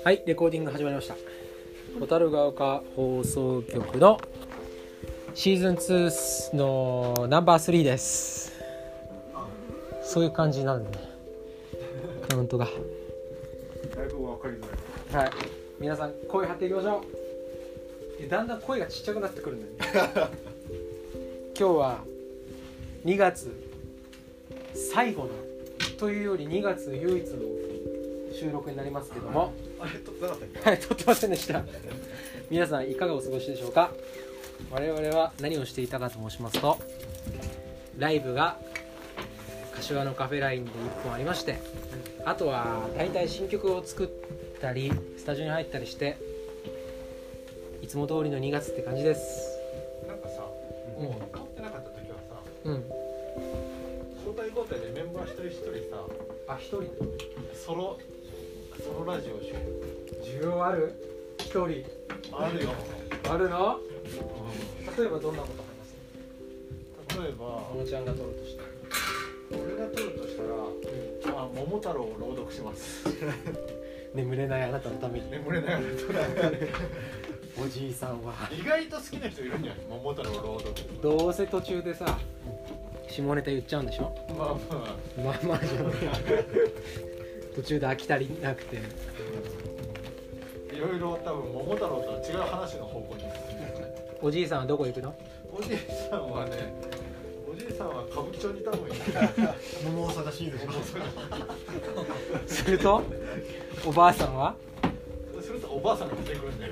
はい、レコーディング始まりました。小樽ヶ丘放送局のシーズン2のナンバー3です。そういう感じなんでね、カウントがだいぶ分かりづらい。 はい、皆さん声張っていきましょう。だんだん声がちっちゃくなってくるんだよね今日は2月最後のというより2月唯一の収録になりますけども、 あれ撮ってなかったっけ？ はい、撮ってませんでした皆さんいかがお過ごしでしょうか。我々は何をしていたかと申しますと、ライブが柏のカフェラインで1本ありまして、あとは大体新曲を作ったりスタジオに入ったりして、いつも通りの2月って感じです。 なんかさ、もう変わってなかった時はさ、 うん、 交代交代でメンバー一人一人さ、 一人ソロラジオしよ需要ある？一人う。あるよ。 あるの？例えばどんなこと話す？ 例えば、 ももちゃんが撮るとしたら、 俺が撮るとしたら、桃太郎を朗読します眠れないあなたのために。 眠れないおじいさんは意外と好きな人いるんじゃない？桃太郎を朗読。 どうせ途中でさ、下ネタ言っちゃうんでしょ。 まあまあまあじゃん途中で飽き足りなくて、 いろいろ多分桃太郎とは違う話の方向に行く。 おじいさんはどこ行くの？ おじいさんは歌舞伎町に多分いる。桃を探しにでしょ。 するとおばあさんはするとおばあさんが出てくるんだよ。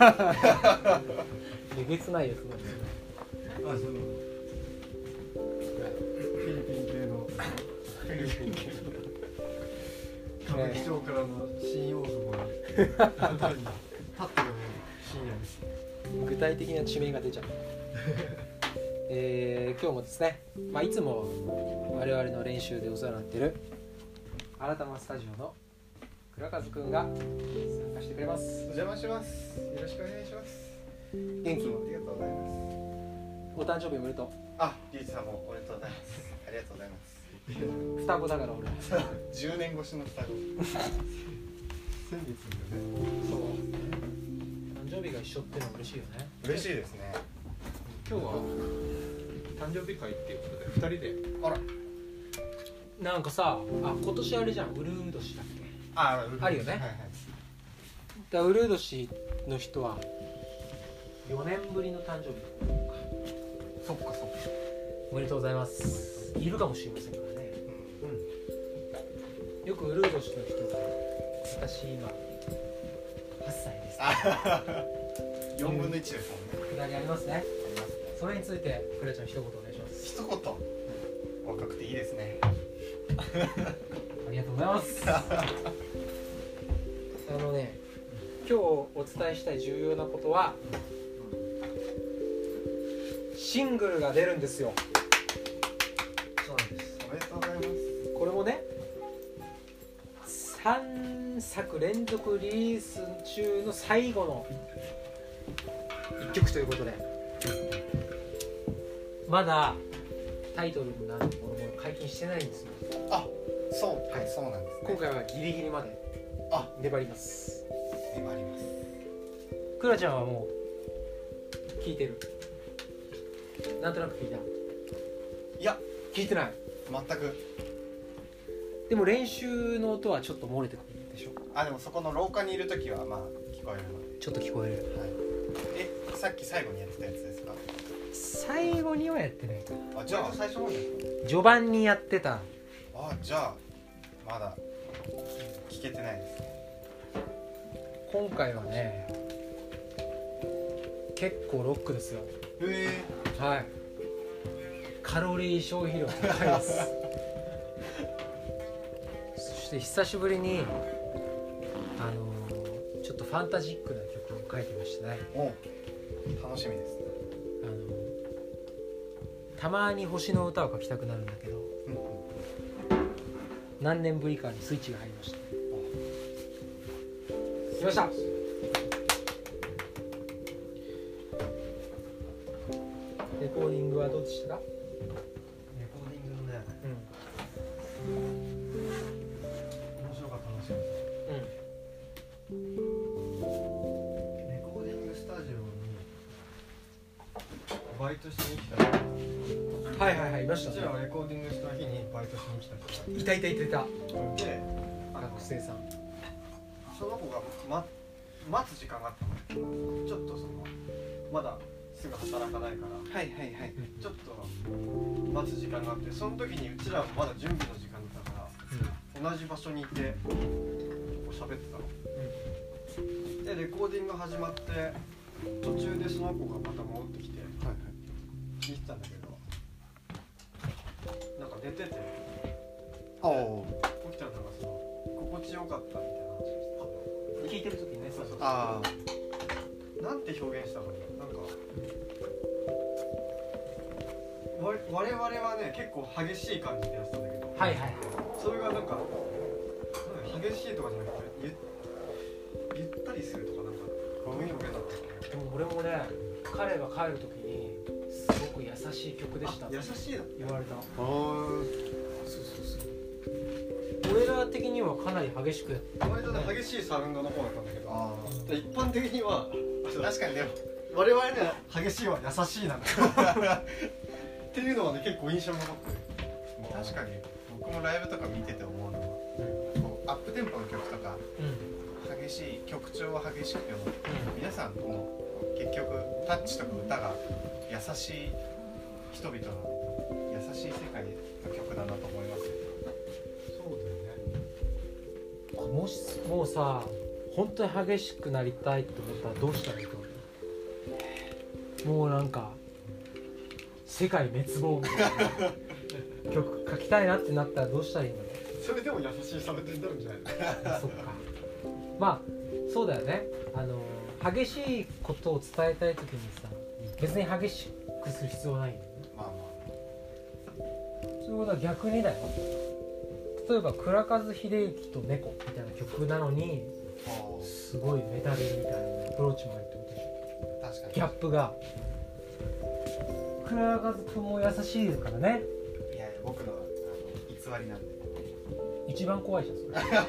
えげつないやつなんですよ。 フィリピン系の歌舞伎町からの新大久保に立ってる深夜です。 具体的な地名が出ちゃう今日もですね、いつも我々の練習でお世話になっている新玉スタジオの倉和くんが参加してくれます。 お邪魔します。よろしくお願いします。 元気？ ありがとうございます。 お誕生日おめでとう。 あ、リュウジさんもおめでとうございます。ありがとうございます。 双子だから俺 10年越しの双子。先月だよね。 そう、誕生日が一緒ってのは嬉しいよね。 嬉しいですね。 今日は誕生日会っていうことで2人で。 あら。 なんかさ、今年あれじゃん、ウルー年だっけ？ あるよね。 はいはい。 だウルー年の人は4年ぶりの誕生日。 そっか。 おめでとうございます。いるかもしれませんからね。よくウルー年の人が、私今8歳です。 4分の1ですもんね。 くだりありますね。それについてクレちゃん一言お願いします。 一言。若くていいですね。 ありがとうございます今日お伝えしたい重要なことは、シングルが出るんですよ。 そうなんです。おめでとうございます。 これもね、3作連続リリース中の最後の1曲ということで、まだタイトルになるものも解禁してないんですよ。 そう、はい、そうなんですね。 今回はギリギリまで粘ります。 粘ります。 クラちゃんはもう聞いてる？なんとなく聞いた？ いや、 聞いてない。 全く。 でも練習の音はちょっと漏れてくるでしょ。 でもそこの廊下にいるときはまあ聞こえるので。 ちょっと聞こえる。 はい。さっき最後にやってたやつですか？ 最後にはやってないかな。 じゃあ最初なんですか？ 序盤にやってた。 じゃあまだ聞けてないですね。 今回はね、結構ロックですよ。はい。カロリー消費量高いですそして久しぶりにちょっとファンタジックな曲を書いてましたね。 楽しみですね。 たまに星の歌を書きたくなるんだけど、何年ぶりかにスイッチが入りました。来ました。レコーディングはどうでしたか？ レコーディングのね、面白かった。 うん。 トしに来た人、 はいはいはいいましたうちらはレコーディングした日にバイトしに来た人いたいたいたいたがいて、 学生さんその子が、待つ時間があったの。ちょっとまだすぐ働かないから、 はいはいはい。 ちょっと待つ時間があって、その時にうちらもまだ準備の時間だったから、同じ場所にいてこう喋ってたの、でレコーディング始まって途中でその子がまた戻ってきて聞いてたんだけど、なんか寝てて、 おお。 起きたらなんか心地よかったみたいな話をして聞いてる時にねた。そうそうそう。 あなんて表現したのに、なんか我々はね結構激しい感じでやってたんだけど、 はいはいそれがなんか激しいとかじゃなくてゆったりするとか、なんかどういう表現だったの？ でも俺もね彼が帰る時にすごく優しい曲でした優しいな言われた。 あ。 そうそうそう俺ら的にはかなり激しくやって割とね激しいサウンドの方だったんだけど、 あで一般的にはあ。確かにでも。 我々ね激しいは優しいなんだよっていうのはね結構印象に残ってる。 確かに僕もライブとか見てて思うのは、こうアップテンポの曲とか激しい曲調は激しくても、皆さんこの結局タッチとか歌が優しい人々の優しい世界の曲だなと思いますよ。 そうだよね。 もしもうさ本当に激しくなりたいと思ったらどうしたらいいと思う？もうなんか世界滅亡みたいな曲書きたいなってなったらどうしたらいいんだろう？ それでも優しいサウンドになるんじゃないの？ そっかまあそうだよね。激しいことを伝えたい時にさ別に激しくする必要はないんだよね。 まあまそういうことは逆にだよ。例えば倉和秀幸と猫みたいな曲なのにあ。 すごいメタルみたいなアプローチもあるってことでしょ。 確かに。 ギャップが倉和君も優しいからね。 いやいや僕の偽りなんで。 一番怖いじゃんそれ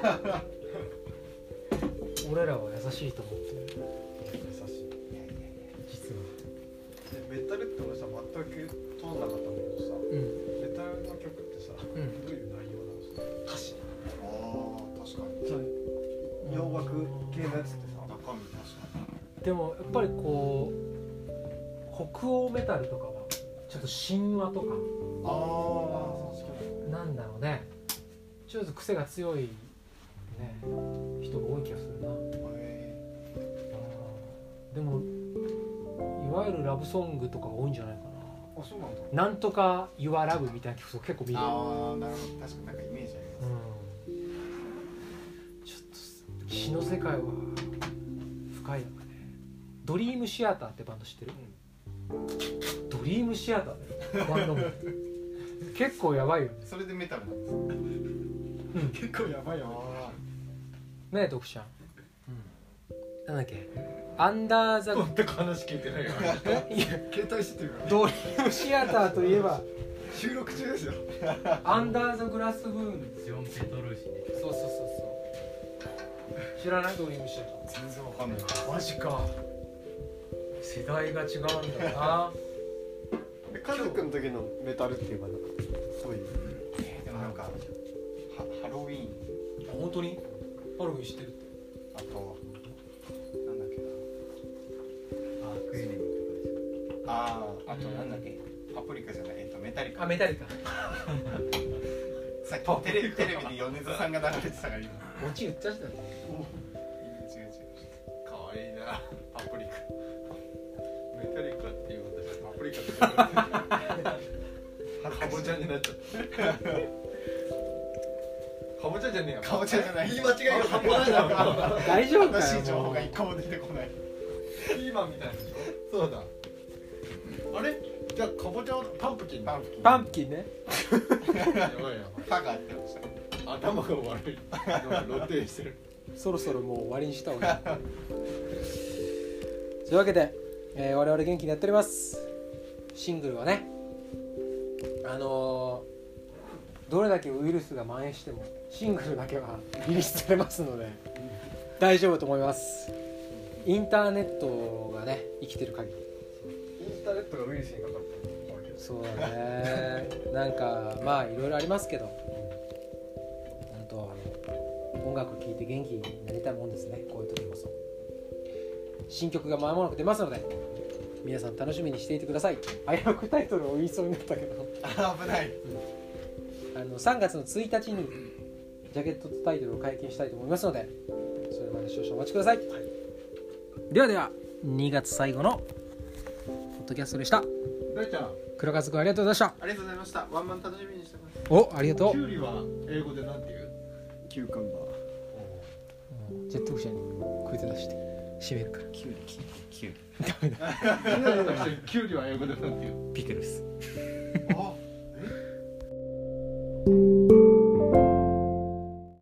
俺らは優しいと思ってる優しい。 いやいやいや。 実は。 でメタルって俺さ全く通んなかったんだけどさ、メタルの曲ってさ、どういう内容なのさ、歌詞ああ確かに。 洋楽系のやつってさ、 中身確かに。 でもやっぱりこう北欧メタルとかはちょっと神話とかなんだろうね、ちょっと癖が強い、ね、人が多い気がするな。でもいわゆるラブソングとかが多いんじゃないかあ、そうなんだ。 な。なんとか Your Love みたいな曲結構見る。 ああなるほど、確かになんかイメージあります。 ちょっと詩の世界は深いのかね。ドリームシアターってバンド知ってる？ドリームシアターだよバンドも結構やばいよね。 それでメタルなんですか？ 結構やばいよね。 ねえ徳ちゃん、なんだっけアンダーザ全く話聞いてないよ。携帯してるから。 ドリームシアターといえば収録中ですよ。 アンダーザグラスブーン。 ジョン・ペトルーシね。 そうそうそうそう知らない？ドリームシアタ全然わかんない。 ーマジか。世代が違うんだな家族の時のメタルっていうかなんかそういう。 でもなんかハロウィーン、 本当にハロウィン知ってるって。 あとなんだっけな、 アークエネミーとかでしょ。 あとなんだっけ、パプリカじゃない、メタリカ。 あメタリカさっきテレビで米津さんが流れてたから今。 オチ言っちゃったよね。 違う違う。 かわいいな、パプリカ。メタリカっていう私パプリカって言われてかぼちゃになっちゃったかぼちゃじゃねえよ。 かぼちゃじゃない。 言い間違いが半端ないな。 大丈夫か正しい情よもう報が一個も出てこない。 ピーマンみたいなでしょ。 そうだ。あれじゃあかぼちゃをパンプキンだ。 パンプキンね。 やばいや歯が合ってました。 ばい。頭が悪い。なんか露呈してる。 そろそろもう終わりにした方がいいというわけで、我々元気にやっております。シングルはねどれだけウイルスが蔓延してもシングルだけはリリースされますので大丈夫と思います。インターネットがね生きてる限り。 インターネットがウイルスにかかったのもあるけど。 そうだねなんかまあいろいろありますけど、本当音楽聴いて元気になりたいもんですね。こういう時こそ。新曲が間もなく出ますので皆さん楽しみにしていてください。危うくタイトルを言いそうになったけど危ない。 3月の1日にジャケットとタイトルを解禁したいと思いますので、それまで少々お待ちください、ではでは2月最後のポッドキャストでした。 大ちゃん、 黒和くんありがとうございまありがとうございました。ワンマン楽しみにしてます。 した。お、ありがとキュウリは英語でなんて言う？ キューカンバー。 う。ジェットフシャに食い手出して締めるからキュウリキュウリは英語でなんて言う？ ピクルス。 あ、え？